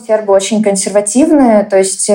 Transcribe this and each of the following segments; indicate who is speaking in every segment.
Speaker 1: сербы очень консервативные, то есть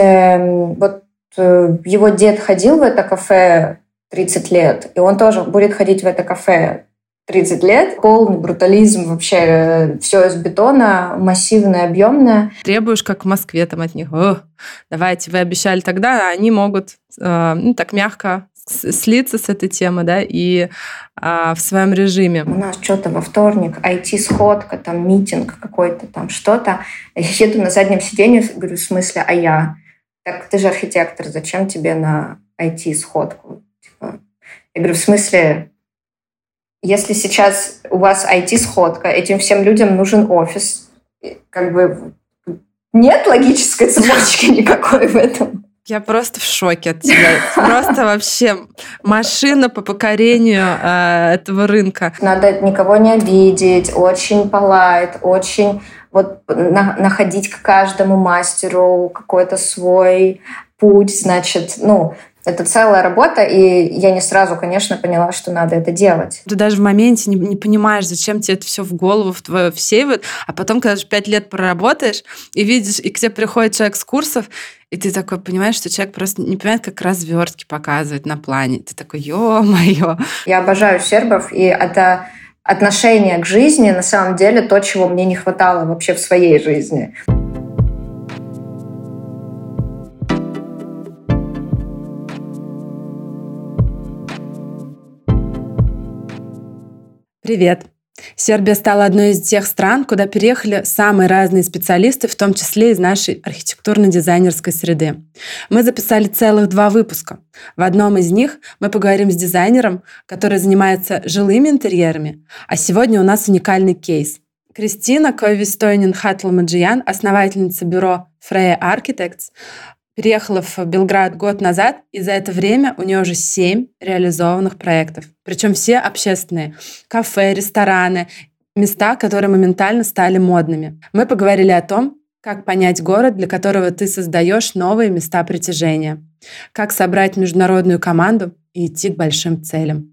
Speaker 1: его дед ходил в это кафе 30 лет, и он тоже будет ходить в это кафе 30 лет. Полный брутализм, вообще все из бетона, массивное, объемное.
Speaker 2: Требуешь, как в Москве, там от них: давайте, вы обещали тогда, а они могут так мягко слиться с этой темы, да, и в своем режиме.
Speaker 1: У нас что-то во вторник, IT-сходка, там митинг какой-то, там что-то. Я еду на заднем сиденье, говорю, в смысле, а я? Так ты же архитектор, зачем тебе на IT-сходку? Типа, я говорю, в смысле, если сейчас у вас IT-сходка, этим всем людям нужен офис, как бы нет логической цепочки никакой в этом.
Speaker 2: Я просто в шоке от тебя. Просто вообще машина по покорению этого рынка.
Speaker 1: Надо никого не обидеть, очень полайт, очень находить к каждому мастеру какой-то свой путь, значит, это целая работа, и я не сразу, конечно, поняла, что надо это делать.
Speaker 2: Ты даже в моменте не понимаешь, зачем тебе это все в голову всеивают, а потом, когда же 5 лет проработаешь, и видишь, и к тебе приходит человек с курсов, и ты такой понимаешь, что человек просто не понимает, как развертки показывать на плане. Ты такой, ё-моё.
Speaker 1: Я обожаю сербов, и это отношение к жизни, на самом деле, то, чего мне не хватало вообще в своей жизни.
Speaker 2: Привет! Сербия стала одной из тех стран, куда переехали самые разные специалисты, в том числе из нашей архитектурно-дизайнерской среды. Мы записали целых 2 выпуска. В одном из них мы поговорим с дизайнером, который занимается жилыми интерьерами, а сегодня у нас уникальный кейс. Кристина Коевистойнен-Хатлмаджиян, основательница бюро Freya Architects, переехала в Белград год назад, и за это время у нее уже 7 реализованных проектов. Причем все общественные. Кафе, рестораны, места, которые моментально стали модными. Мы поговорили о том, как понять город, для которого ты создаешь новые места притяжения, как собрать международную команду и идти к большим целям.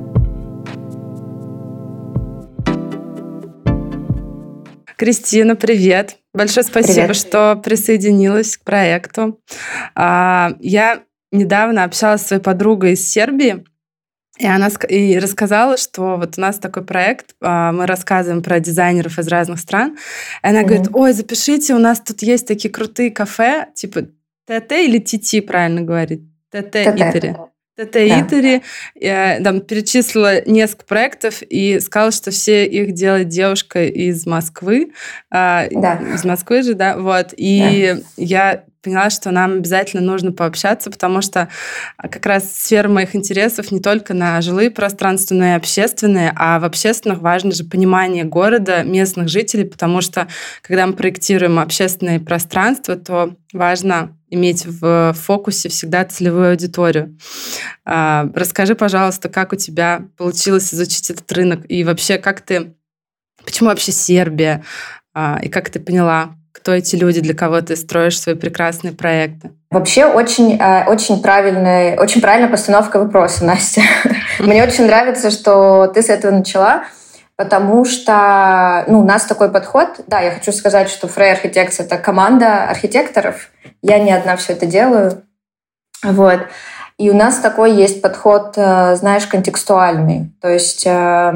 Speaker 2: Кристина, привет! Большое спасибо,
Speaker 1: Привет.
Speaker 2: что присоединилась к проекту. Я недавно общалась с своей подругой из Сербии, и она рассказала, что вот у нас такой проект, мы рассказываем про дизайнеров из разных стран. И она говорит, ой, запишите, у нас тут есть такие крутые кафе, типа ТТ или ТТ, правильно говорить? ТТ Итери. ТТ-Итери, там перечислила несколько проектов и сказала, что все их делает девушка из Москвы. Из Москвы же, да, вот. И я поняла, что нам обязательно нужно пообщаться, потому что как раз сфера моих интересов не только на жилые пространства, но и общественные, а в общественных важно же понимание города, местных жителей, потому что когда мы проектируем общественные пространства, то важно иметь в фокусе всегда целевую аудиторию. Расскажи, пожалуйста, как у тебя получилось изучить этот рынок и вообще почему вообще Сербия, и как ты поняла, кто эти люди, для кого ты строишь свои прекрасные проекты?
Speaker 1: Вообще очень правильная постановка вопроса, Настя. Мне очень нравится, что ты с этого начала, потому что у нас такой подход. Да, я хочу сказать, что Freya Architects — это команда архитекторов. Я не одна все это делаю. Вот. И у нас такой есть подход, знаешь, контекстуальный. То есть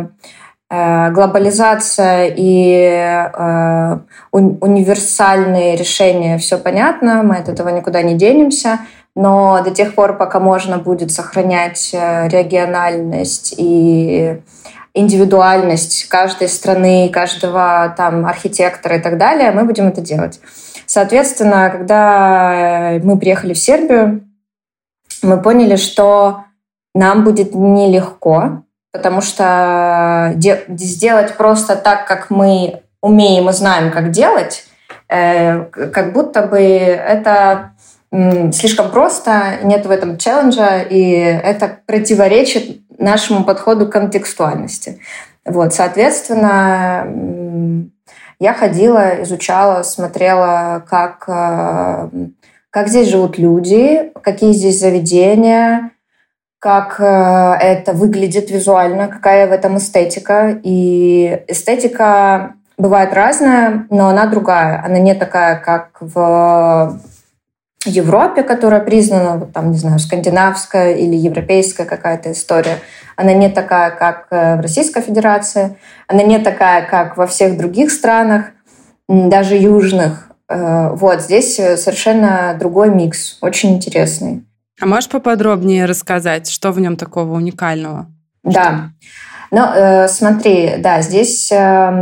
Speaker 1: глобализация и универсальные решения, все понятно, мы от этого никуда не денемся, но до тех пор, пока можно будет сохранять региональность и индивидуальность каждой страны, каждого там архитектора и так далее, мы будем это делать. Соответственно, когда мы приехали в Сербию, мы поняли, что нам будет нелегко, потому что сделать просто так, как мы умеем и знаем, как делать, как будто бы это слишком просто, нет в этом челленджа, и это противоречит нашему подходу к контекстуальности. Вот, соответственно, я ходила, изучала, смотрела, как здесь живут люди, какие здесь заведения, как это выглядит визуально, какая в этом эстетика. И эстетика бывает разная, но она другая. Она не такая, как в Европе, которая признана, вот там, не знаю, скандинавская или европейская какая-то история. Она не такая, как в Российской Федерации. Она не такая, как во всех других странах, даже южных. Вот здесь совершенно другой микс, очень интересный.
Speaker 2: А можешь поподробнее рассказать, что в нем такого уникального?
Speaker 1: Да. Ну, смотри, да, здесь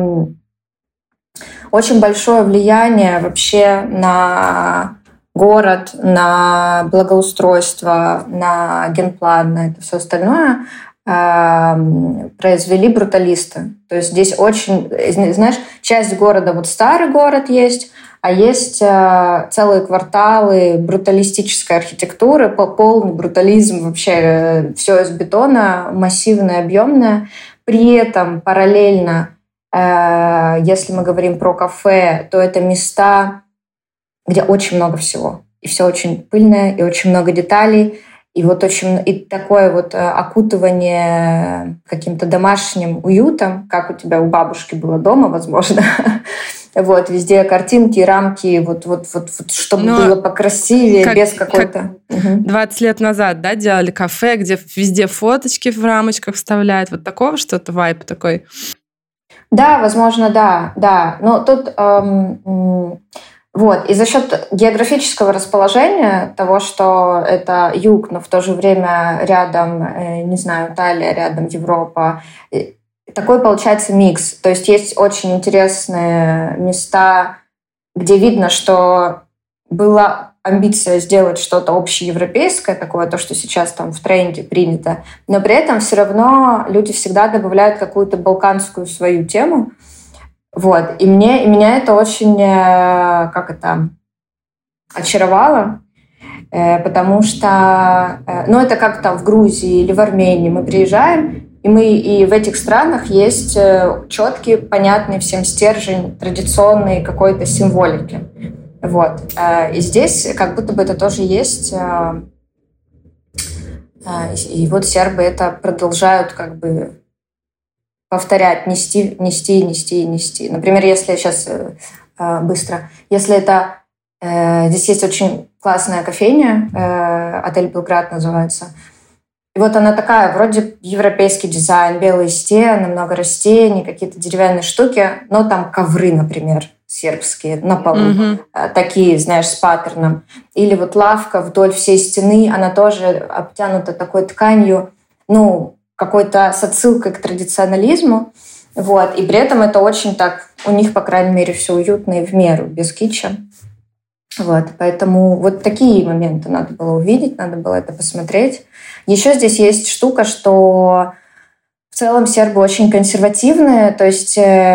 Speaker 1: очень большое влияние вообще на город, на благоустройство, на генплан, на это все остальное произвели бруталисты. То есть здесь очень, знаешь, часть города, вот старый город есть, а есть целые кварталы бруталистической архитектуры, полный брутализм, вообще все из бетона, массивное, объемное. При этом параллельно, если мы говорим про кафе, то это места, где очень много всего. И все очень пыльное, и очень много деталей. И вот очень и такое вот окутывание каким-то домашним уютом, как у тебя у бабушки было дома, возможно. Вот, везде картинки, рамки, вот чтобы было покрасивее, без какой-то...
Speaker 2: 20 лет назад, да, делали кафе, где везде фоточки в рамочках вставляют. Вот такого что-то, вайб такой?
Speaker 1: Да, возможно, да. Но тут... Вот. И за счет географического расположения, того, что это юг, но в то же время рядом, не знаю, Италия, рядом Европа, такой получается микс. То есть есть очень интересные места, где видно, что была амбиция сделать что-то общеевропейское, такое, то, что сейчас там в тренде принято, но при этом все равно люди всегда добавляют какую-то балканскую свою тему. Вот. И меня это очень, очаровало, потому что, это как там в Грузии или в Армении мы приезжаем, и в этих странах есть четкий, понятный всем стержень традиционной какой-то символики. Вот. И здесь как будто бы это тоже есть. И вот сербы это продолжают как бы повторять, нести. Например, если сейчас быстро, если это... Здесь есть очень классная кофейня, отель «Белград» называется. И вот она такая, вроде европейский дизайн, белые стены, много растений, какие-то деревянные штуки, но там ковры, например, сербские на полу, такие, знаешь, с паттерном. Или вот лавка вдоль всей стены, она тоже обтянута такой тканью, какой-то с отсылкой к традиционализму. Вот. И при этом это очень так, у них, по крайней мере, все уютно и в меру, без китча. Вот. Поэтому вот такие моменты надо было увидеть, надо было это посмотреть. Еще здесь есть штука, что в целом сербы очень консервативные. То есть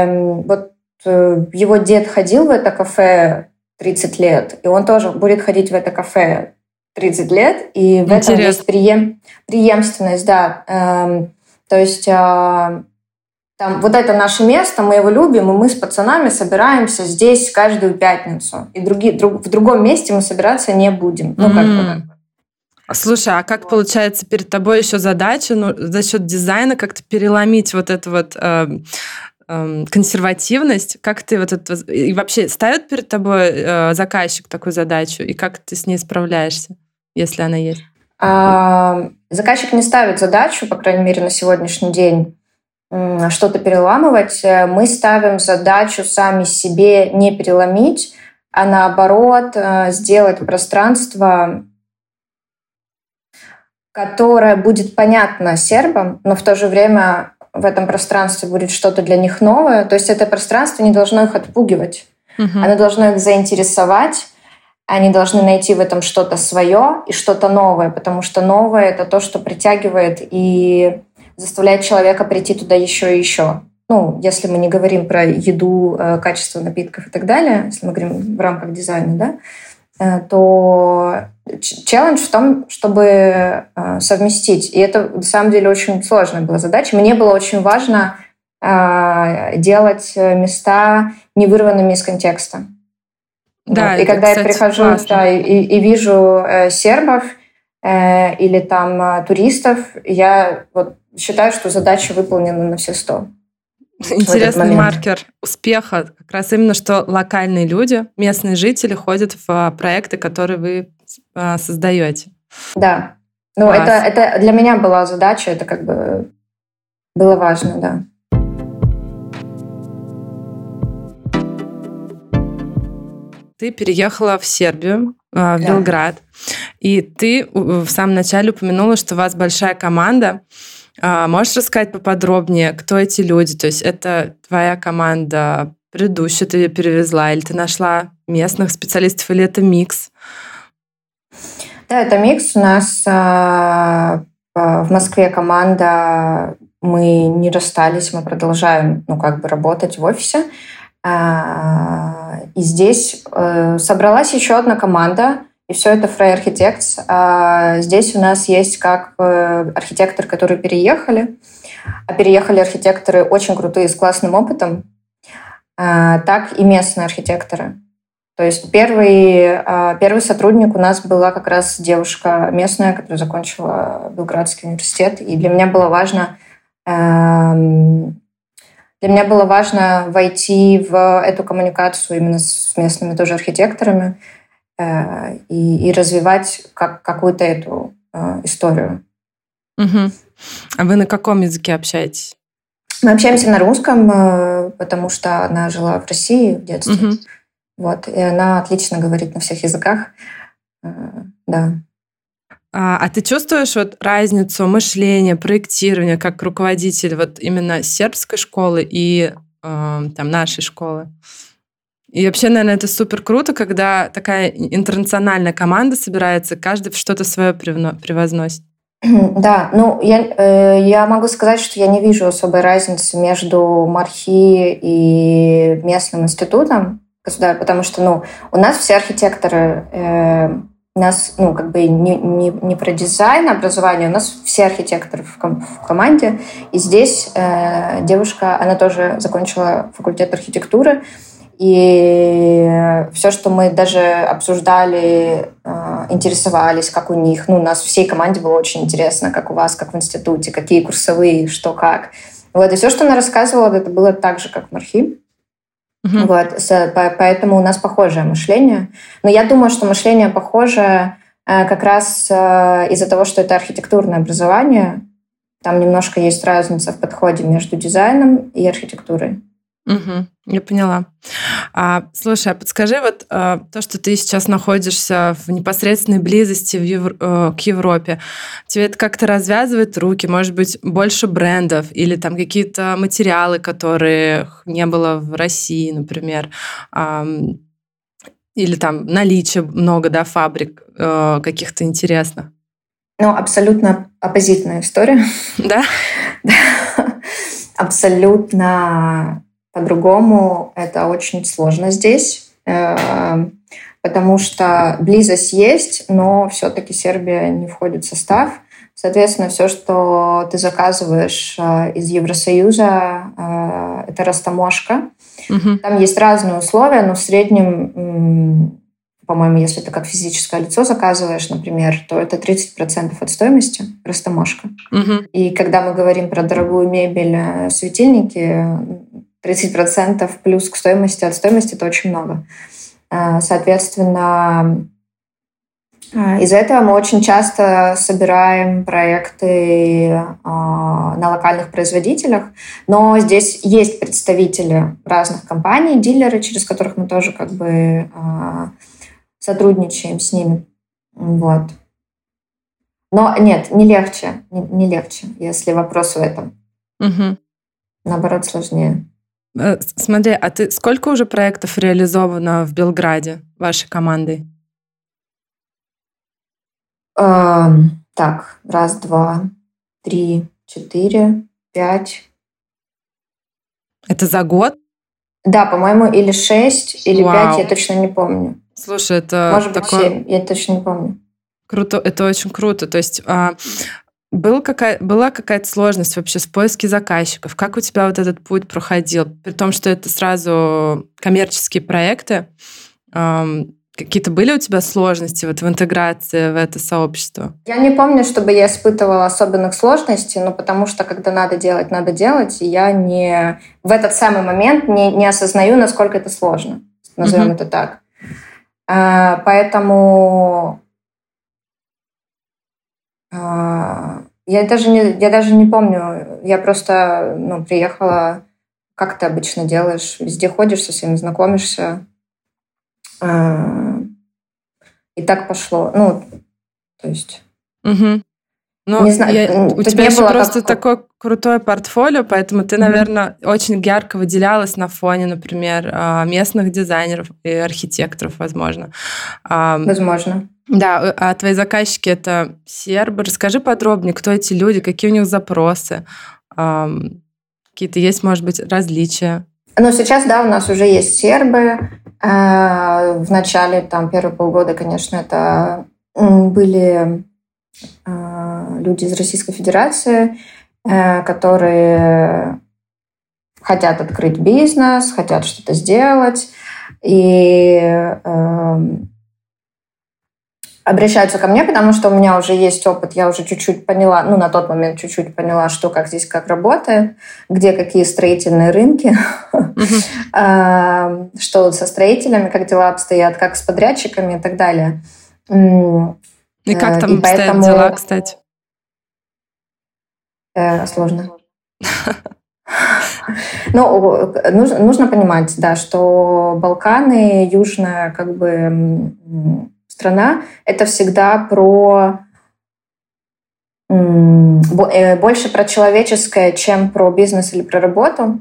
Speaker 1: его дед ходил в это кафе 30 лет, и он тоже будет ходить в это кафе 30 лет, и в этом есть преемственность, да. То есть там вот это наше место, мы его любим, и мы с пацанами собираемся здесь каждую пятницу. И в другом месте мы собираться не будем.
Speaker 2: Слушай, а как получается перед тобой еще задача за счет дизайна как-то переломить вот эту вот консервативность? Как ты вот это... И вообще ставит перед тобой заказчик такую задачу? И как ты с ней справляешься, если она есть?
Speaker 1: Заказчик не ставит задачу, по крайней мере, на сегодняшний день, что-то переламывать. Мы ставим задачу сами себе не переломить, а наоборот сделать пространство, которое будет понятно сербам, но в то же время в этом пространстве будет что-то для них новое. То есть это пространство не должно их отпугивать. Оно должно их заинтересовать. Они должны найти в этом что-то свое и что-то новое, потому что новое — это то, что притягивает и заставляет человека прийти туда еще и еще. Если мы не говорим про еду, качество напитков и так далее, если мы говорим в рамках дизайна, да, то челлендж в том, чтобы совместить. И это, на самом деле, очень сложная была задача. Мне было очень важно делать места не вырванными из контекста.
Speaker 2: Да,
Speaker 1: и когда я прихожу и вижу сербов или там туристов, я считаю, что задача выполнена на все 100.
Speaker 2: Интересный маркер успеха как раз именно, что локальные люди, местные жители ходят в проекты, которые вы создаете.
Speaker 1: Да. Ну, это для меня была задача, это как бы было важно, да.
Speaker 2: Ты переехала в Сербию, в Белград, и ты в самом начале упомянула, что у вас большая команда. Можешь рассказать поподробнее, кто эти люди? То есть это твоя команда предыдущая, ты ее перевезла, или ты нашла местных специалистов, или это микс?
Speaker 1: Да, это микс. У нас в Москве команда, мы не расстались, мы продолжаем, работать в офисе. И здесь собралась еще одна команда, и все это Frey Architects. Здесь у нас есть как архитекторы, которые переехали, а переехали архитекторы очень крутые, с классным опытом, так и местные архитекторы. То есть первый сотрудник у нас была как раз девушка местная, которая закончила Белградский университет, и для меня было важно войти в эту коммуникацию именно с местными тоже архитекторами и развивать какую-то эту историю.
Speaker 2: Угу. А вы на каком языке общаетесь?
Speaker 1: Мы общаемся на русском, потому что она жила в России в детстве. Угу. Вот, и она отлично говорит на всех языках. Да.
Speaker 2: А ты чувствуешь разницу мышления, проектирования как руководитель именно сербской школы и нашей школы? И вообще, наверное, это супер круто, когда такая интернациональная команда собирается, каждый что-то свое привозносит.
Speaker 1: Да, я могу сказать, что я не вижу особой разницы между МАРХИ и местным институтом государственным, потому что у нас все архитекторы... У нас, не про дизайн образование, у нас все архитекторы в команде. И здесь девушка, она тоже закончила факультет архитектуры. И все, что мы даже обсуждали, интересовались, как у них. У нас всей команде было очень интересно, как у вас, как в институте, какие курсовые, что как. И все, что она рассказывала, это было так же, как в МАРХИ. Поэтому у нас похожее мышление. Но я думаю, что мышление похожее как раз из-за того, что это архитектурное образование. Там немножко есть разница в подходе между дизайном и архитектурой.
Speaker 2: Угу, я поняла. Слушай, а подскажи, то, что ты сейчас находишься в непосредственной близости к Европе, тебе это как-то развязывает руки? Может быть, больше брендов или там какие-то материалы, которых не было в России, например, или там наличие много, фабрик каких-то интересных?
Speaker 1: Абсолютно оппозитная история.
Speaker 2: Да?
Speaker 1: Абсолютно по-другому. Это очень сложно здесь, потому что близость есть, но все-таки Сербия не входит в состав. Соответственно, все, что ты заказываешь из Евросоюза, это растаможка. Угу. Там есть разные условия, но в среднем, по-моему, если ты как физическое лицо заказываешь, например, то это 30% от стоимости растаможка. Угу. И когда мы говорим про дорогую мебель, светильники, 30% плюс к стоимости от стоимости — это очень много. Соответственно, из-за этого мы очень часто собираем проекты на локальных производителях, но здесь есть представители разных компаний, дилеры, через которых мы тоже сотрудничаем с ними. Вот. Но нет, не легче, если вопрос в этом.
Speaker 2: Угу.
Speaker 1: Наоборот, сложнее.
Speaker 2: Смотри, а ты сколько уже проектов реализовано в Белграде вашей командой?
Speaker 1: Так, 1, 2, 3, 4, 5.
Speaker 2: Это за год?
Speaker 1: Да, по-моему, или 6, или 5, я точно не помню.
Speaker 2: Слушай, это...
Speaker 1: Может быть, 7, я точно не помню.
Speaker 2: Круто, это очень круто. То есть была какая-то сложность вообще в поиске заказчиков? Как у тебя этот путь проходил? При том, что это сразу коммерческие проекты, Какие-то были у тебя сложности вот в интеграции в это сообщество?
Speaker 1: Я не помню, чтобы я испытывала особенных сложностей, но потому что, когда надо делать, и я не в этот самый момент не осознаю, насколько это сложно. Назовем это так. Поэтому я даже не помню. Я просто приехала, как ты обычно делаешь, везде ходишь, со всеми знакомишься. И так пошло. То есть...
Speaker 2: Ну,
Speaker 1: не знаю,
Speaker 2: у тебя еще просто такое крутое портфолио, поэтому ты, наверное, очень ярко выделялась на фоне, например, местных дизайнеров и архитекторов, возможно.
Speaker 1: Возможно.
Speaker 2: Да, а твои заказчики — это сербы. Расскажи подробнее, кто эти люди, какие у них запросы, какие-то есть, может быть, различия?
Speaker 1: Ну, сейчас, да, у нас уже есть сербы. В начале, первые полгода, конечно, это были люди из Российской Федерации, которые хотят открыть бизнес, хотят что-то сделать, и обращаются ко мне, потому что у меня уже есть опыт, я уже чуть-чуть поняла, на тот момент чуть-чуть поняла, что как здесь как работает, где какие строительные рынки, что со строителями, как дела обстоят, как с подрядчиками и так далее.
Speaker 2: И как там обстоят дела, кстати?
Speaker 1: Сложно. Нужно понимать, да, что Балканы, южная страна, это всегда больше про человеческое, чем про бизнес или про работу.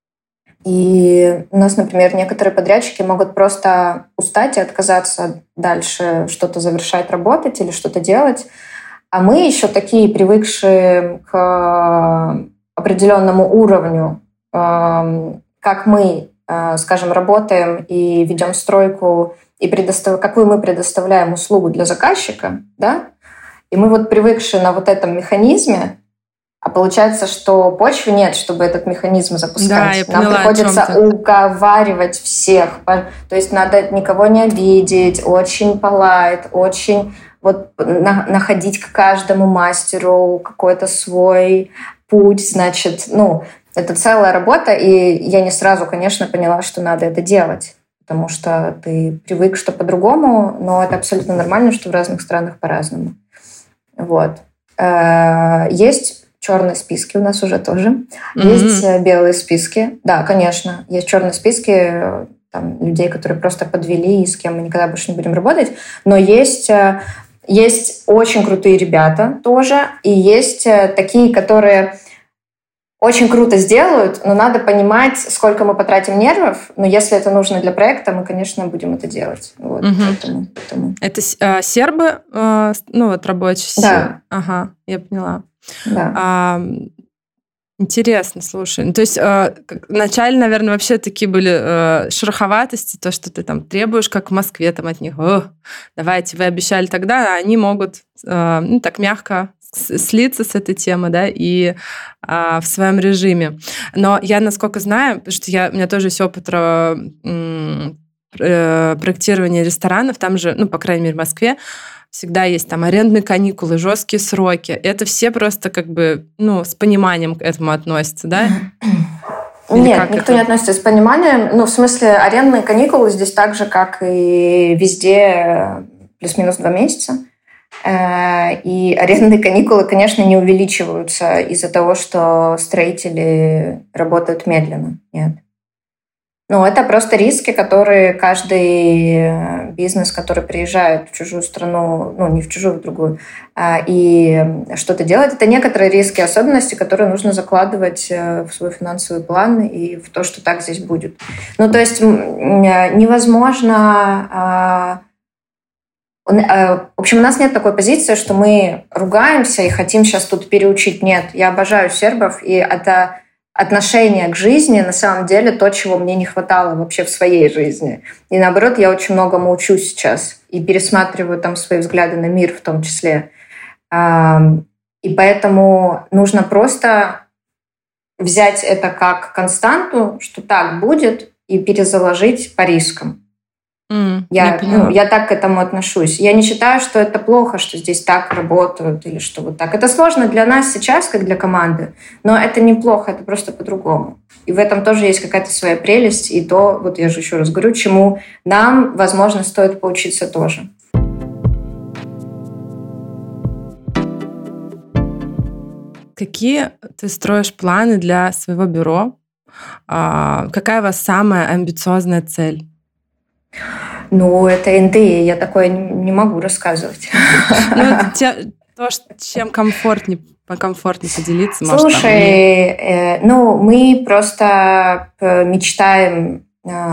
Speaker 1: И у нас, например, некоторые подрядчики могут просто устать и отказаться дальше что-то завершать, работать или что-то делать. А мы еще такие, привыкшие к определенному уровню, как мы, скажем, работаем и ведем стройку, и какую мы предоставляем услугу для заказчика, да? И мы привыкшие на этом механизме, а получается, что почвы нет, чтобы этот механизм запускать.
Speaker 2: Да, я поняла,
Speaker 1: нам приходится уговаривать всех. То есть надо никого не обидеть, очень полайт, очень находить к каждому мастеру какой-то свой путь. Значит, это целая работа, и я не сразу, конечно, поняла, что надо это делать. Потому что ты привык, что по-другому, но это абсолютно нормально, что в разных странах по-разному. Есть черные списки у нас уже тоже. Есть белые списки. Да, конечно. Есть черные списки людей, которые просто подвели и с кем мы никогда больше не будем работать. Но есть очень крутые ребята тоже. И есть такие, которые очень круто сделают, но надо понимать, сколько мы потратим нервов. Но если это нужно для проекта, мы, конечно, будем это делать. Поэтому.
Speaker 2: Это сербы, рабочие силы?
Speaker 1: Да.
Speaker 2: Ага, я поняла.
Speaker 1: Да.
Speaker 2: Интересно, слушай. То есть вначале, наверное, вообще такие были шероховатости, то, что ты требуешь, как в Москве, от них, давайте, вы обещали тогда, а они могут так мягко слиться с этой темы, да, и в своем режиме. Но я, насколько знаю, потому что у меня тоже есть опыт проектирования ресторанов, там же, по крайней мере, в Москве, всегда есть арендные каникулы, жесткие сроки. Это все просто с пониманием к этому относятся, да?
Speaker 1: Нет, никто не относится с пониманием. В смысле, арендные каникулы здесь так же, как и везде, плюс-минус 2 месяца. И арендные каникулы, конечно, не увеличиваются из-за того, что строители работают медленно. Нет. Это просто риски, которые каждый бизнес, который приезжает в чужую страну, не в чужую, в другую, и что-то делает, это некоторые риски, особенности, которые нужно закладывать в свой финансовый план и в то, что так здесь будет. То есть невозможно... В общем, у нас нет такой позиции, что мы ругаемся и хотим сейчас тут переучить. Нет, я обожаю сербов, и это отношение к жизни на самом деле то, чего мне не хватало вообще в своей жизни. И наоборот, я очень многому учусь сейчас и пересматриваю свои взгляды на мир в том числе. И поэтому нужно просто взять это как константу, что так будет, и перезаложить по рискам. Я так к этому отношусь. Я не считаю, что это плохо, что здесь так работают или что вот так. Это сложно для нас сейчас, как для команды, но это неплохо, это просто по-другому. И в этом тоже есть какая-то своя прелесть, и то, вот я же еще раз говорю, чему нам, возможно, стоит поучиться тоже.
Speaker 2: Какие ты строишь планы для своего бюро? Какая у вас самая амбициозная цель?
Speaker 1: Ну, это НДИ, я такое не могу рассказывать.
Speaker 2: То, чем комфортнее поделиться.
Speaker 1: Слушай, мы просто мечтаем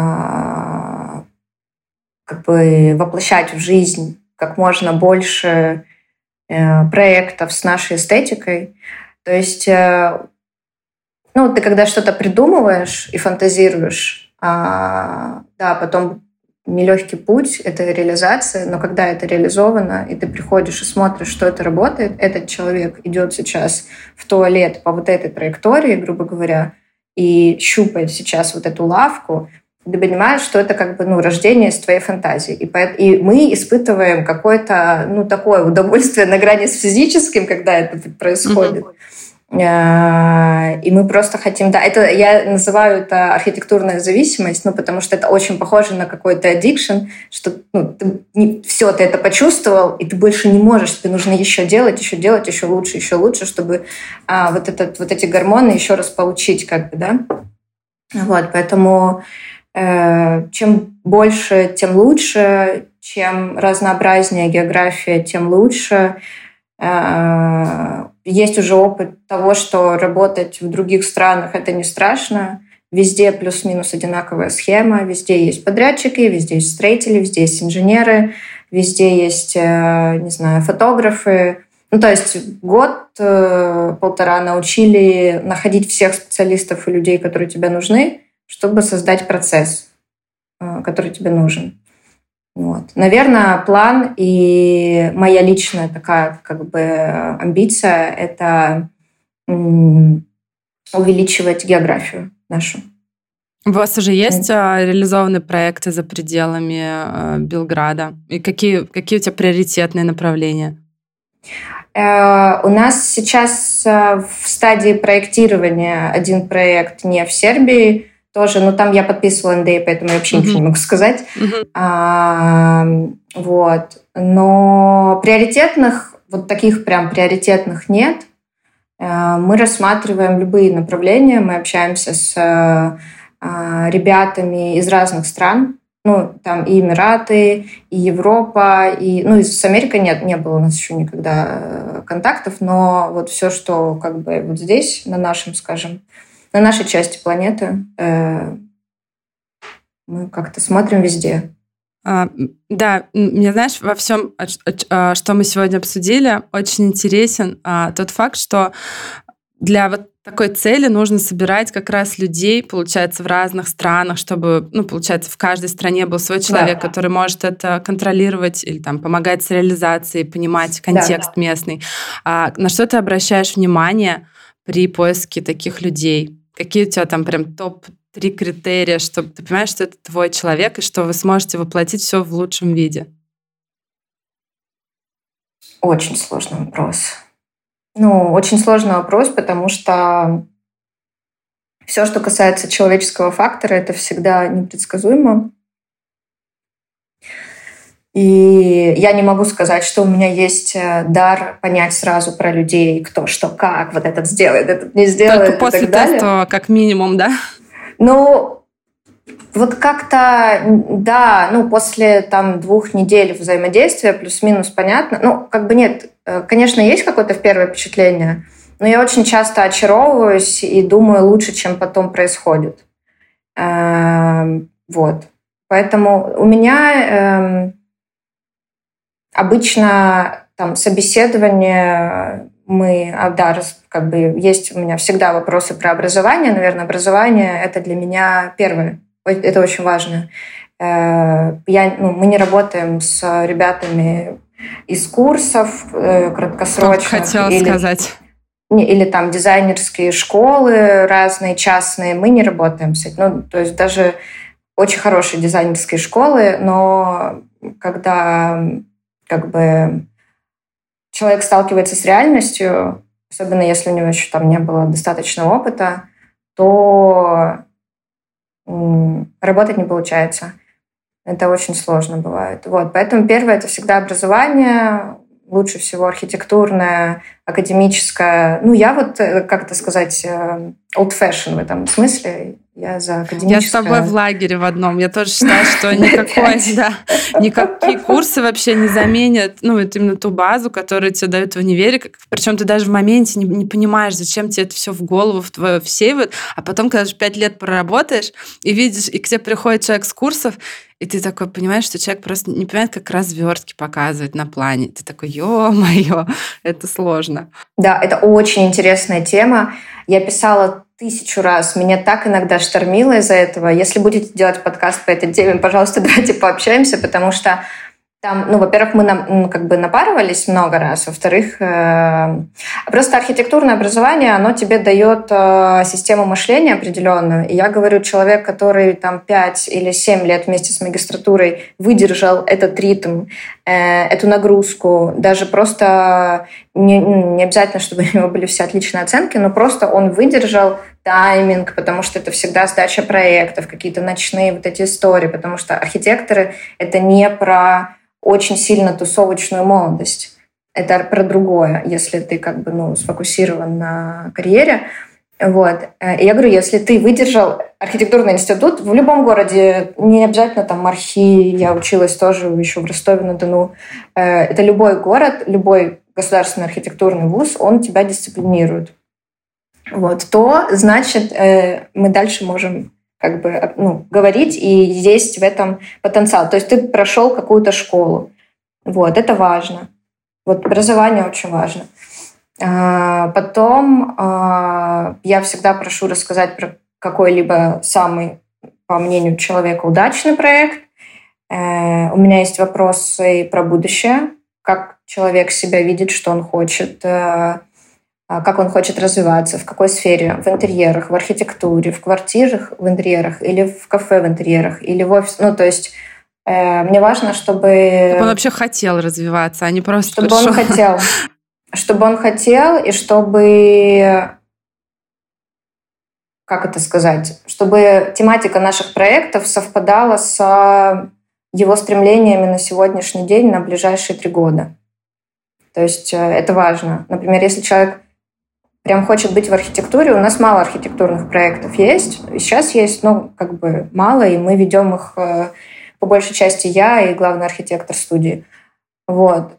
Speaker 1: воплощать в жизнь как можно больше проектов с нашей эстетикой. То есть, ты когда что-то придумываешь и фантазируешь, потом нелегкий путь — это реализация, но когда это реализовано, и ты приходишь и смотришь, что это работает, этот человек идет сейчас в туалет по вот этой траектории, грубо говоря, и щупает сейчас вот эту лавку, ты понимаешь, что это рождение из твоей фантазии. И мы испытываем какое-то такое удовольствие на грани с физическим, когда это происходит. И мы просто хотим... я называю это архитектурная зависимость, потому что это очень похоже на какой-то addiction, что ты это почувствовал, и ты больше не можешь, тебе нужно еще делать, еще лучше, чтобы эти гормоны еще раз получить, поэтому чем больше, тем лучше, чем разнообразнее география, тем лучше. Есть уже опыт того, что работать в других странах — это не страшно. Везде плюс-минус одинаковая схема. Везде есть подрядчики, везде есть строители, везде есть инженеры, везде есть, фотографы. То есть год-полтора научили находить всех специалистов и людей, которые тебе нужны, чтобы создать процесс, который тебе нужен. Наверное, план и моя личная такая амбиция — это увеличивать географию нашу.
Speaker 2: У вас уже есть реализованные проекты за пределами Белграда? И какие у тебя приоритетные направления?
Speaker 1: У нас сейчас в стадии проектирования один проект не в Сербии, тоже, там я подписывала НДА, поэтому я вообще ничего не могу сказать. Но приоритетных, таких прям приоритетных нет. Мы рассматриваем любые направления, мы общаемся с ребятами из разных стран. Там и Эмираты, и Европа, и с Америкой не было у нас еще никогда контактов, но все, что здесь, на нашем, на нашей части планеты, мы как-то смотрим везде.
Speaker 2: Да, мне, знаешь, во всем, что мы сегодня обсудили, очень интересен тот факт, что для такой цели нужно собирать как раз людей, получается, в разных странах, чтобы, получается, в каждой стране был свой человек, который может это контролировать или помогать с реализацией, понимать контекст местный. На что ты обращаешь внимание при поиске таких людей? Какие у тебя там прям топ-3 критерия, чтобы ты понимаешь, что это твой человек и что вы сможете воплотить все в лучшем виде?
Speaker 1: Очень сложный вопрос. Очень сложный вопрос, потому что все, что касается человеческого фактора, это всегда непредсказуемо. И я не могу сказать, что у меня есть дар понять сразу про людей, кто, что, как, этот сделает, этот не сделает.
Speaker 2: Только после теста, как минимум, да?
Speaker 1: Как-то, да, после 2 недель взаимодействия, плюс-минус понятно. Нет, конечно, есть какое-то первое впечатление, но я очень часто очаровываюсь и думаю лучше, чем потом происходит. Поэтому у меня обычно собеседование, есть у меня всегда вопросы про образование. Наверное, образование — это для меня первое. Это очень важно. Мы не работаем с ребятами из курсов краткосрочных.
Speaker 2: Хотела сказать.
Speaker 1: Или дизайнерские школы разные, частные. Мы не работаем с этим. То есть даже очень хорошей дизайнерской школы, но когда как бы человек сталкивается с реальностью, особенно если у него еще там не было достаточного опыта, то работать не получается. Это очень сложно бывает. Вот. Поэтому первое — это всегда образование, лучше всего архитектурное, академическое. Ну, я вот, как это сказать, old-fashion в этом смысле. Я за академическое.
Speaker 2: Я с тобой в лагере в одном. Я тоже считаю, что никакие курсы вообще не заменят, вот именно ту базу, которую тебе дают в универе. Причем ты даже в моменте не понимаешь, зачем тебе это все в голову всеивают. А потом, когда же 5 лет проработаешь и видишь, и к тебе приходит человек с курсов, и ты такой понимаешь, что человек просто не понимает, как развертки показывать на плане. Ты такой, ё-моё, это сложно.
Speaker 1: Да, это очень интересная тема. Я писала 1000 раз. Меня так иногда штормило из-за этого. Если будете делать подкаст по этой теме, пожалуйста, давайте пообщаемся, потому что там, во-первых, мы как бы напарывались много раз, во-вторых, просто архитектурное образование, оно тебе дает систему мышления определенную. И я говорю, человек, который там 5 или 7 лет вместе с магистратурой выдержал этот ритм, эту нагрузку, даже просто не обязательно, чтобы у него были все отличные оценки, но просто он выдержал тайминг, потому что это всегда сдача проектов, какие-то ночные вот эти истории, потому что архитекторы — это не про очень сильно тусовочную молодость. Это про другое, если ты как бы сфокусирован на карьере. Вот. И я говорю, если ты выдержал архитектурный институт в любом городе, не обязательно там Мархи, я училась тоже еще в Ростове-на-Дону, это любой город, любой государственный архитектурный вуз, он тебя дисциплинирует. Вот. То, значит, мы дальше можем как бы говорить, и есть в этом потенциал. То есть ты прошел какую-то школу. Вот, это важно. Вот образование очень важно. Потом я всегда прошу рассказать про какой-либо самый, по мнению человека, удачный проект. У меня есть вопросы про будущее, как человек себя видит, что он хочет, как он хочет развиваться, в какой сфере, в интерьерах, в архитектуре, в квартирах в интерьерах или в кафе в интерьерах, или в офис. То есть мне важно, чтобы
Speaker 2: он вообще хотел развиваться, а не просто
Speaker 1: чтобы он хотел. Чтобы он хотел, и чтобы, как это сказать, чтобы тематика наших проектов совпадала с его стремлениями на сегодняшний день, на ближайшие 3 года. То есть это важно. Например, если человек прям хочет быть в архитектуре, у нас мало архитектурных проектов есть. И сейчас есть, как бы мало, и мы ведем их по большей части я и главный архитектор студии. Вот.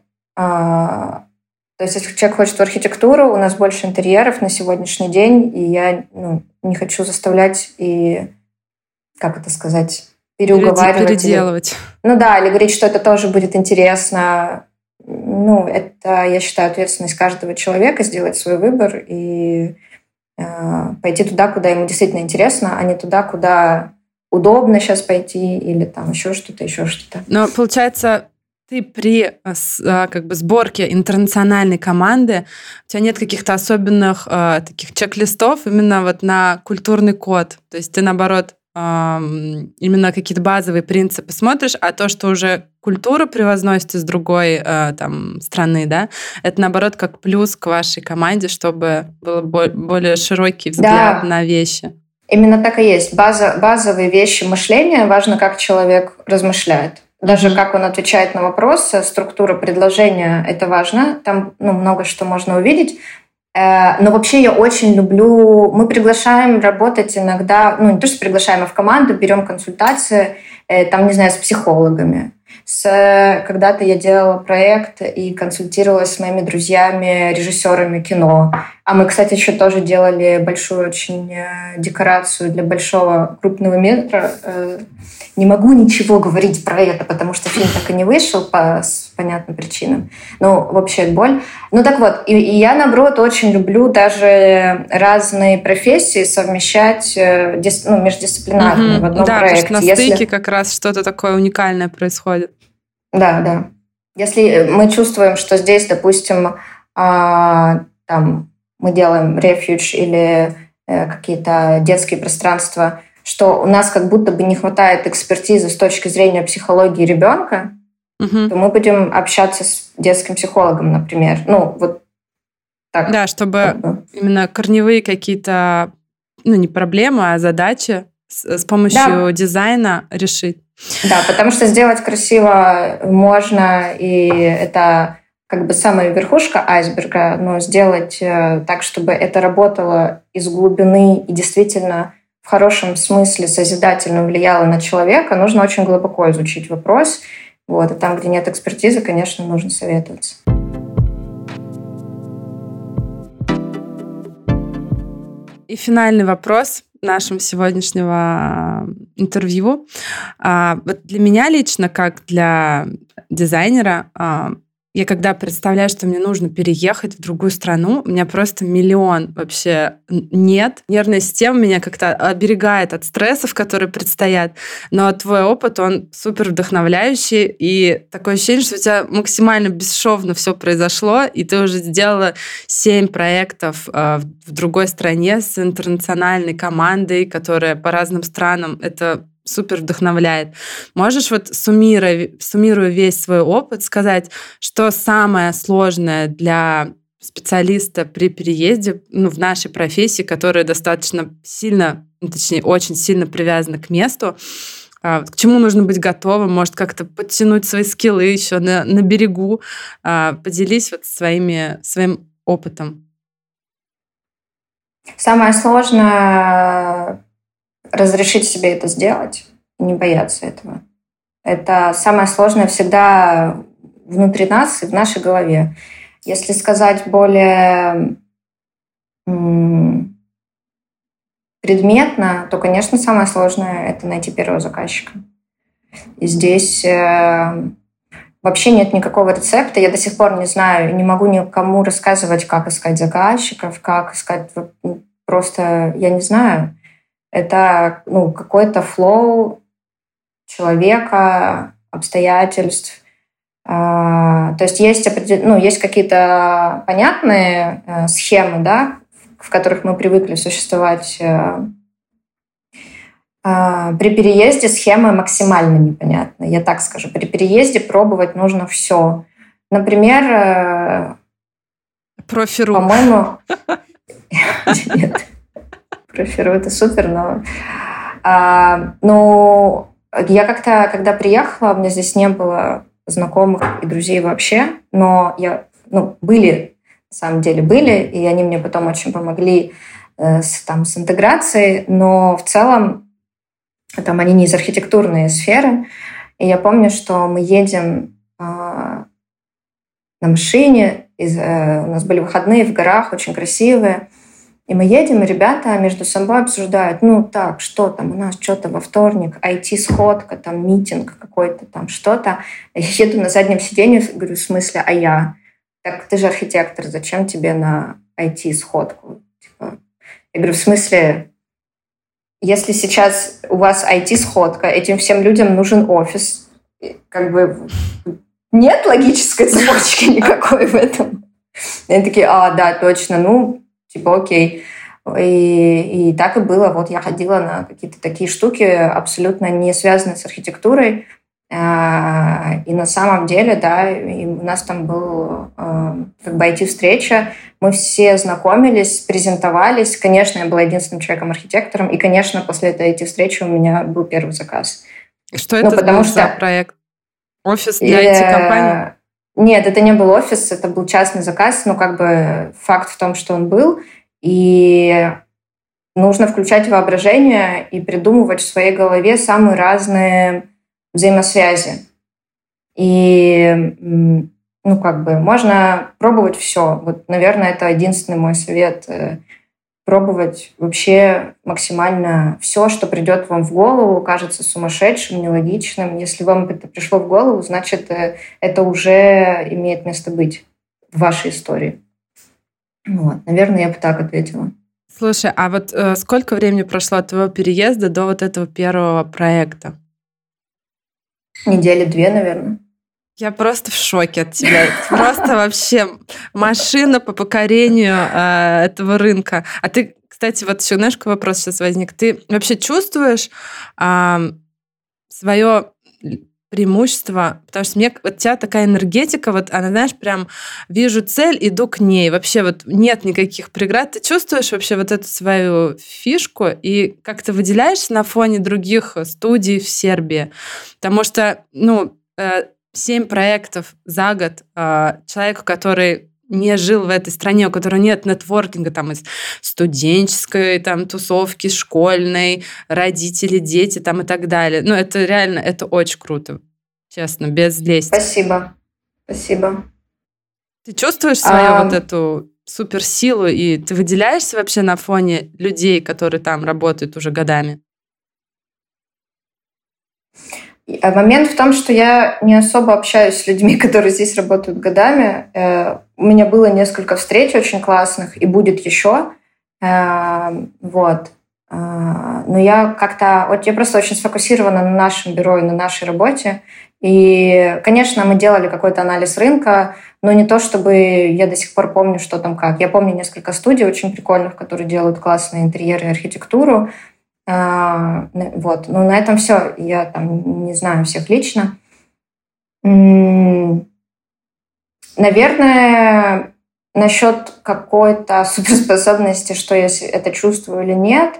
Speaker 1: То есть если человек хочет в архитектуру, у нас больше интерьеров на сегодняшний день, и я не хочу заставлять и, как это сказать, переуговаривать.
Speaker 2: Переделывать.
Speaker 1: Или говорить, что это тоже будет интересно. Это, я считаю, ответственность каждого человека сделать свой выбор и пойти туда, куда ему действительно интересно, а не туда, куда удобно сейчас пойти или там еще что-то.
Speaker 2: Но получается, ты при как бы сборке интернациональной команды, у тебя нет каких-то особенных таких чек-листов именно вот на культурный код. То есть ты, наоборот, именно какие-то базовые принципы смотришь, а то, что уже культура превозносится с другой страны, да, это, наоборот, как плюс к вашей команде, чтобы был более широкий взгляд на вещи.
Speaker 1: Именно так и есть. Базовые вещи мышления, важно, как человек размышляет. Даже как он отвечает на вопросы, структура предложения — это важно. Там много что можно увидеть. Но вообще я очень люблю... Мы приглашаем работать иногда... не то, что приглашаем, а в команду берем консультации, с психологами. Когда-то я делала проект и консультировалась с моими друзьями, режиссерами кино. А мы, кстати, еще тоже делали большую очень декорацию для большого крупного метра. Не могу ничего говорить про это, потому что фильм так и не вышел по понятным причинам. Вообще боль. Так вот, и я, наоборот, очень люблю даже разные профессии совмещать междисциплинарно в одном проекте.
Speaker 2: Да, потому что на стыке как раз что-то такое уникальное происходит.
Speaker 1: Да. Если мы чувствуем, что здесь, допустим, мы делаем рефьюдж или какие-то детские пространства, что у нас как будто бы не хватает экспертизы с точки зрения психологии ребенка, то мы будем общаться с детским психологом, например. Ну, вот так.
Speaker 2: Да, чтобы именно корневые какие-то, не проблемы, а задачи с помощью дизайна решить.
Speaker 1: Да, потому что сделать красиво можно, и это как бы самая верхушка айсберга, но сделать так, чтобы это работало из глубины и действительно в хорошем смысле созидательно влияло на человека, нужно очень глубоко изучить вопрос. Вот. И там, где нет экспертизы, конечно, нужно советоваться.
Speaker 2: И финальный вопрос нашего сегодняшнего интервью. Вот для меня лично, как для дизайнера, я когда представляю, что мне нужно переехать в другую страну, у меня просто миллион вообще нет. Нервная система меня как-то оберегает от стрессов, которые предстоят. Но твой опыт, он супер вдохновляющий. И такое ощущение, что у тебя максимально бесшовно все произошло, и ты уже сделала 7 проектов в другой стране с интернациональной командой, которая по разным странам. Это супер вдохновляет. Можешь вот суммируя весь свой опыт, сказать, что самое сложное для специалиста при переезде в нашей профессии, которая достаточно сильно, точнее, очень сильно привязана к месту, к чему нужно быть готовым, может, как-то подтянуть свои скиллы еще на берегу. Поделись вот своим опытом.
Speaker 1: Самое сложное разрешить себе это сделать и не бояться этого. Это самое сложное всегда внутри нас и в нашей голове. Если сказать более предметно, то, конечно, самое сложное — это найти первого заказчика. И здесь вообще нет никакого рецепта. Я до сих пор не знаю, не могу никому рассказывать, как искать заказчиков, как искать... Просто я не знаю. Это какой-то флоу человека, обстоятельств. То есть есть какие-то понятные схемы, да, в которых мы привыкли существовать. При переезде схема максимально непонятна. Я так скажу. При переезде пробовать нужно все. Например,
Speaker 2: Профи.ру.
Speaker 1: По-моему... Нет. Профи.ру — это супер, но... я как-то, когда приехала, у меня здесь не было знакомых и друзей вообще, но были, на самом деле были, и они мне потом очень помогли с интеграцией, но в целом там они не из архитектурной сферы. И я помню, что мы едем на машине, у нас были выходные в горах, очень красивые, и мы едем, и ребята между собой обсуждают, что там у нас, что-то во вторник, IT-сходка, там митинг какой-то, там что-то. Я еду на заднем сиденье, говорю, в смысле, а я? Так ты же архитектор, зачем тебе на IT-сходку? Я говорю, в смысле, если сейчас у вас IT-сходка, этим всем людям нужен офис, нет логической цепочки никакой в этом. И они такие, да, точно, окей. И так и было. Вот я ходила на какие-то такие штуки, абсолютно не связанные с архитектурой. И на самом деле, да, и у нас там был IT-встреча. Мы все знакомились, презентовались. Конечно, я была единственным человеком-архитектором. И, конечно, после этой IT-встречи у меня был первый заказ.
Speaker 2: Что это был за проект? Офис для IT-компании?
Speaker 1: Нет, это не был офис, это был частный заказ, факт в том, что он был, и нужно включать воображение и придумывать в своей голове самые разные взаимосвязи. И, можно пробовать все. Вот, наверное, это единственный мой совет. Пробовать вообще максимально все, что придет вам в голову, кажется сумасшедшим, нелогичным. Если вам это пришло в голову, значит, это уже имеет место быть в вашей истории. Вот, наверное, я бы так ответила.
Speaker 2: Слушай, а вот сколько времени прошло от твоего переезда до вот этого первого проекта?
Speaker 1: 2 недели, наверное.
Speaker 2: Я просто в шоке от тебя. Просто вообще машина по покорению этого рынка. А ты кстати, вот еще, знаешь, какой вопрос сейчас возник. Ты вообще чувствуешь свое преимущество? Потому что мне вот у тебя такая энергетика, вот она, знаешь, прям вижу цель, иду к ней. Вообще вот нет никаких преград. Ты чувствуешь вообще вот эту свою фишку и как ты выделяешься на фоне других студий в Сербии? Потому что, 7 проектов за год человеку, который не жил в этой стране, у которого нет нетворкинга там из студенческой там тусовки, школьной, родители, дети там и так далее. Это реально, это очень круто. Честно, без лести.
Speaker 1: Спасибо.
Speaker 2: Ты чувствуешь свою вот эту суперсилу, и ты выделяешься вообще на фоне людей, которые там работают уже годами?
Speaker 1: Момент в том, что я не особо общаюсь с людьми, которые здесь работают годами. У меня было несколько встреч очень классных, и будет еще. Вот. Но я просто очень сфокусирована на нашем бюро и на нашей работе. И, конечно, мы делали какой-то анализ рынка, но не то, чтобы я до сих пор помню, что там как. Я помню несколько студий очень прикольных, которые делают классные интерьеры и архитектуру. Вот. Но на этом все. Я там не знаю всех лично. Наверное, насчет какой-то суперспособности, что я это чувствую или нет,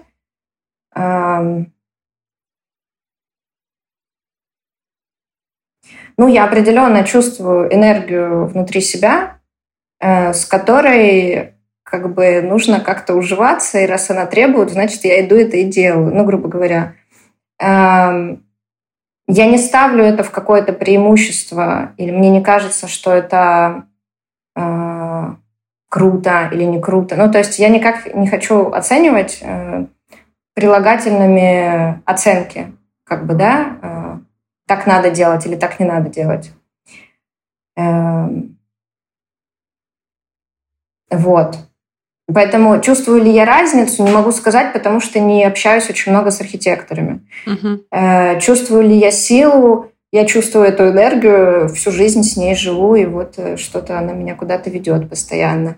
Speaker 1: я определенно чувствую энергию внутри себя, с которой нужно как-то уживаться, и раз она требует, значит, я иду это и делаю, грубо говоря. Я не ставлю это в какое-то преимущество, или мне не кажется, что это круто или не круто. То есть я никак не хочу оценивать прилагательными оценки, так надо делать или так не надо делать. Вот. Поэтому чувствую ли я разницу, не могу сказать, потому что не общаюсь очень много с архитекторами. Чувствую ли я силу, я чувствую эту энергию, всю жизнь с ней живу, и вот что-то она меня куда-то ведет постоянно.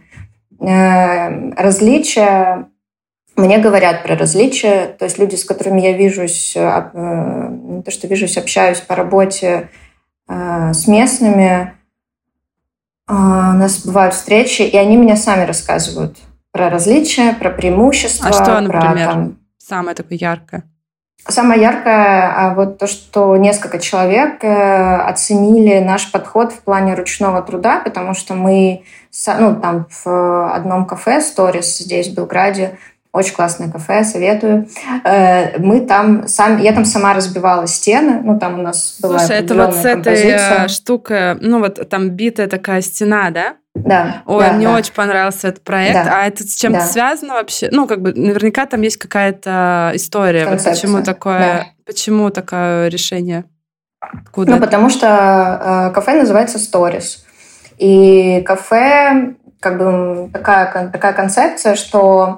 Speaker 1: Различия, мне говорят про различия, то есть люди, с которыми я вижусь, не то что вижусь, общаюсь по работе с местными, у нас бывают встречи, и они мне сами рассказывают про различия, про преимущества.
Speaker 2: А что, например, самое такое яркое?
Speaker 1: Самое яркое вот то, что несколько человек оценили наш подход в плане ручного труда, потому что мы там в одном кафе «Сторис» здесь, в Белграде, очень классное кафе, советую. Я там сама разбивала стены, там у нас была определенная композиция.
Speaker 2: Слушай, это вот с этой штукой, там битая такая стена, да?
Speaker 1: Да.
Speaker 2: Ой, мне очень понравился этот проект.
Speaker 1: Да.
Speaker 2: А это с чем-то связано вообще? Наверняка там есть какая-то история. Вот почему такое решение? Откуда
Speaker 1: потому что кафе называется «Сторис». И кафе, такая концепция, что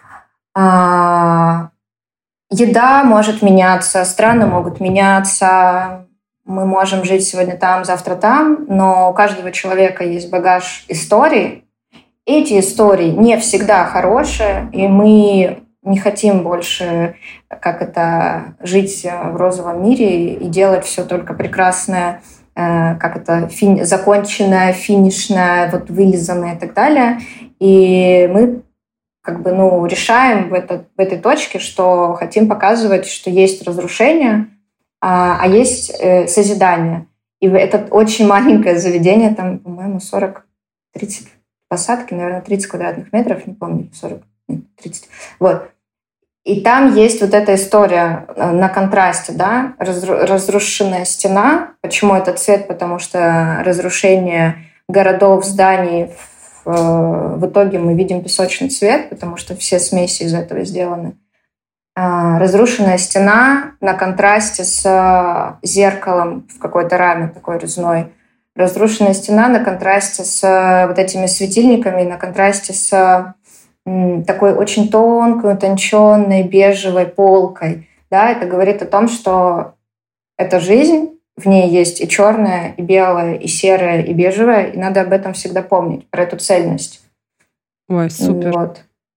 Speaker 1: еда может меняться, страны могут меняться, мы можем жить сегодня там, завтра там, но у каждого человека есть багаж историй. Эти истории не всегда хорошие, и мы не хотим больше жить в розовом мире и делать все только прекрасное, законченное, финишное, вылизанное и так далее. И мы решаем в этой точке, что хотим показывать, что есть разрушение, а есть созидание. И это очень маленькое заведение, там, по-моему, 30 посадки, наверное, 30 квадратных метров, не помню, 30. Вот. И там есть вот эта история на контрасте, да, разрушенная стена. Почему этот цвет? Потому что разрушение городов, зданий, в итоге мы видим песочный цвет, потому что все смеси из этого сделаны. Разрушенная стена на контрасте с зеркалом в какой-то раме такой резной. Разрушенная стена на контрасте с вот этими светильниками, на контрасте с такой очень тонкой, утонченной бежевой полкой. Да, это говорит о том, что это жизнь, в ней есть и черное, и белое, и серое, и бежевое, и надо об этом всегда помнить, про эту цельность.
Speaker 2: Ой, супер.
Speaker 1: Вот.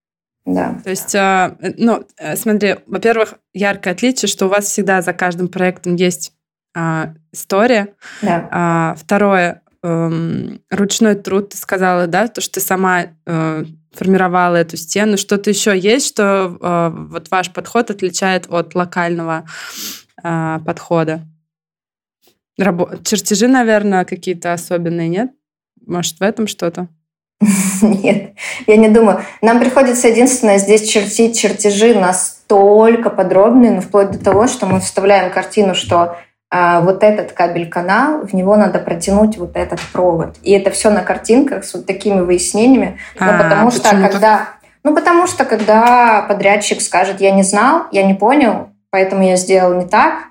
Speaker 1: Да.
Speaker 2: То есть, смотри, во-первых, яркое отличие, что у вас всегда за каждым проектом есть история.
Speaker 1: Да.
Speaker 2: Второе, ручной труд, ты сказала, да, то, что ты сама формировала эту стену. Что-то еще есть, что вот ваш подход отличает от локального подхода? Чертежи, наверное, какие-то особенные, нет? Может, в этом что-то?
Speaker 1: Нет, я не думаю. Нам приходится единственное здесь чертить чертежи настолько подробные, вплоть до того, что мы вставляем картину, что вот этот кабель-канал, в него надо протянуть вот этот провод. И это все на картинках с вот такими выяснениями. Потому что когда подрядчик скажет, я не знал, я не понял, поэтому я сделал не так,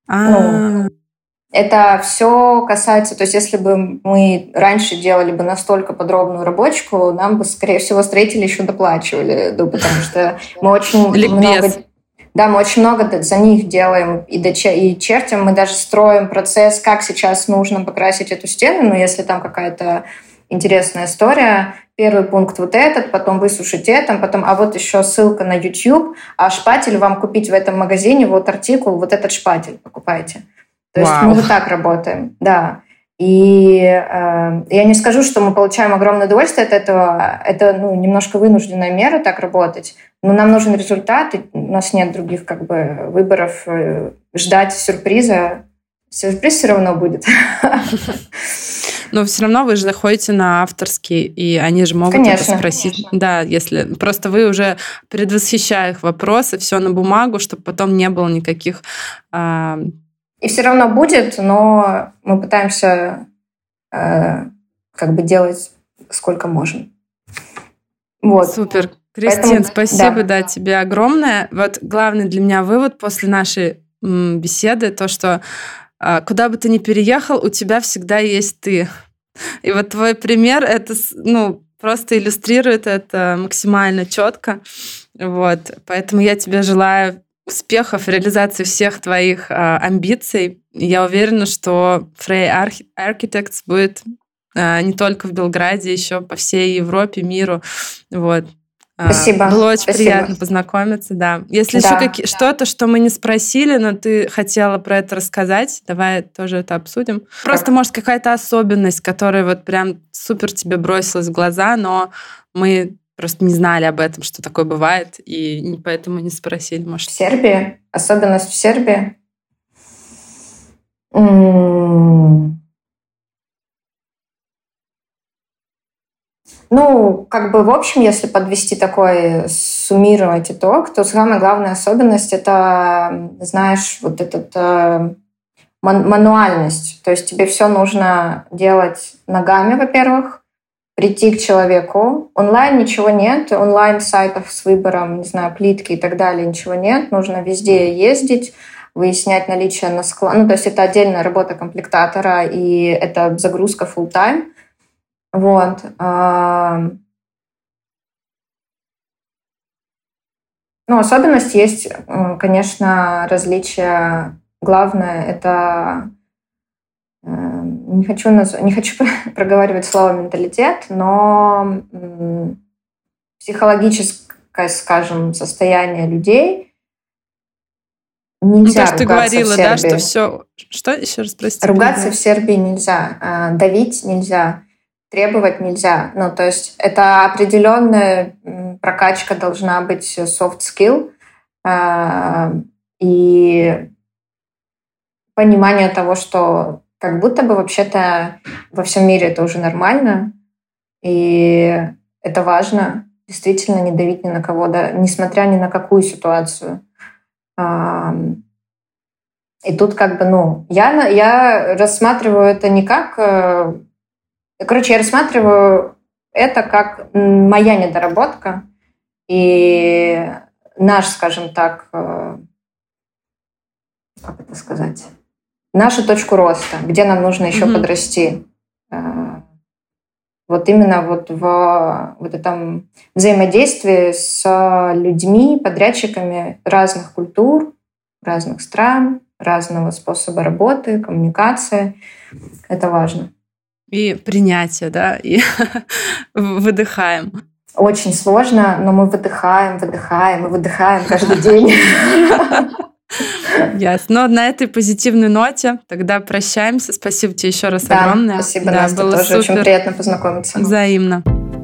Speaker 1: это все касается, то есть если бы мы раньше делали бы настолько подробную рабочку, нам бы, скорее всего, строители еще доплачивали, потому что мы очень много... Да, мы очень много за них делаем и чертим. Мы даже строим процесс, как сейчас нужно покрасить эту стену, если там какая-то интересная история. Первый пункт вот этот, потом высушить это, потом, вот еще ссылка на YouTube, а шпатель вам купить в этом магазине, вот артикул, вот этот шпатель покупайте. То есть мы вот так работаем, да. И я не скажу, что мы получаем огромное удовольствие от этого. Это немножко вынужденная мера так работать. Но нам нужен результат, и у нас нет других выборов. Ждать сюрприза. Сюрприз все равно будет.
Speaker 2: Но все равно вы же заходите на авторские, и они же могут это спросить. Да, если просто вы уже предвосхищая их вопросы, все на бумагу, чтобы потом не было никаких...
Speaker 1: И все равно будет, но мы пытаемся делать сколько можем. Вот.
Speaker 2: Супер. Кристин, спасибо тебе огромное. Вот главный для меня вывод после нашей беседы, то, что куда бы ты ни переехал, у тебя всегда есть ты. И вот твой пример, это просто иллюстрирует это максимально четко. Вот. Поэтому я тебе желаю успехов, реализации всех твоих амбиций. Я уверена, что Frey Architects будет не только в Белграде, еще по всей Европе, миру. Вот.
Speaker 1: Спасибо.
Speaker 2: Было очень приятно познакомиться, да. Если еще что-то, что мы не спросили, но ты хотела про это рассказать, давай тоже это обсудим. Просто, может, какая-то особенность, которая вот прям супер тебе бросилась в глаза, но мы просто не знали об этом, что такое бывает, и поэтому не спросили, может.
Speaker 1: В Сербии? Особенность в Сербии? В общем, если подвести суммировать итог, то самая главная особенность — это, знаешь, вот этот мануальность. То есть тебе все нужно делать ногами, во-первых, прийти к человеку. Онлайн ничего нет, онлайн-сайтов с выбором, не знаю, плитки и так далее, ничего нет. Нужно везде ездить, выяснять наличие на склад. То есть это отдельная работа комплектатора, и это загрузка full-time. Вот. Особенность есть, конечно, различия. Главное — это... Не хочу проговаривать слово «менталитет», но психологическое, скажем, состояние людей нельзя ругаться.
Speaker 2: Ты говорила,
Speaker 1: в Сербии.
Speaker 2: Да, что все... Что? Еще раз, прости.
Speaker 1: Ругаться в Сербии нельзя, давить нельзя, требовать нельзя. То есть это определенная прокачка должна быть soft skill и понимание того, что как будто бы вообще-то во всем мире это уже нормально, и это важно, действительно не давить ни на кого, да, несмотря ни на какую ситуацию. И тут я рассматриваю это не как... я рассматриваю это как моя недоработка и наш, скажем так, как это сказать, нашу точку роста, где нам нужно еще подрасти. Вот именно в этом взаимодействии с людьми, подрядчиками разных культур, разных стран, разного способа работы, коммуникации. Это важно.
Speaker 2: И принятие, да, и выдыхаем.
Speaker 1: Очень сложно, но мы выдыхаем и выдыхаем каждый день.
Speaker 2: Ясно. Но на этой позитивной ноте тогда прощаемся. Спасибо тебе еще раз огромное.
Speaker 1: Спасибо, Настя, было тоже супер. Очень приятно познакомиться.
Speaker 2: Взаимно.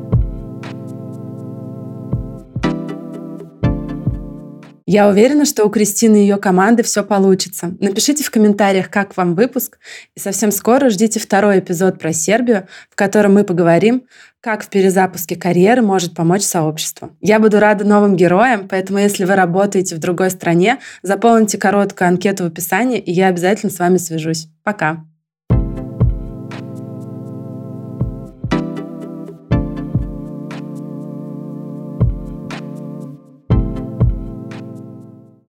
Speaker 2: Я уверена, что у Кристины и ее команды все получится. Напишите в комментариях, как вам выпуск. И совсем скоро ждите второй эпизод про Сербию, в котором мы поговорим, как в перезапуске карьеры может помочь сообществу. Я буду рада новым героям, поэтому если вы работаете в другой стране, заполните короткую анкету в описании, и я обязательно с вами свяжусь. Пока!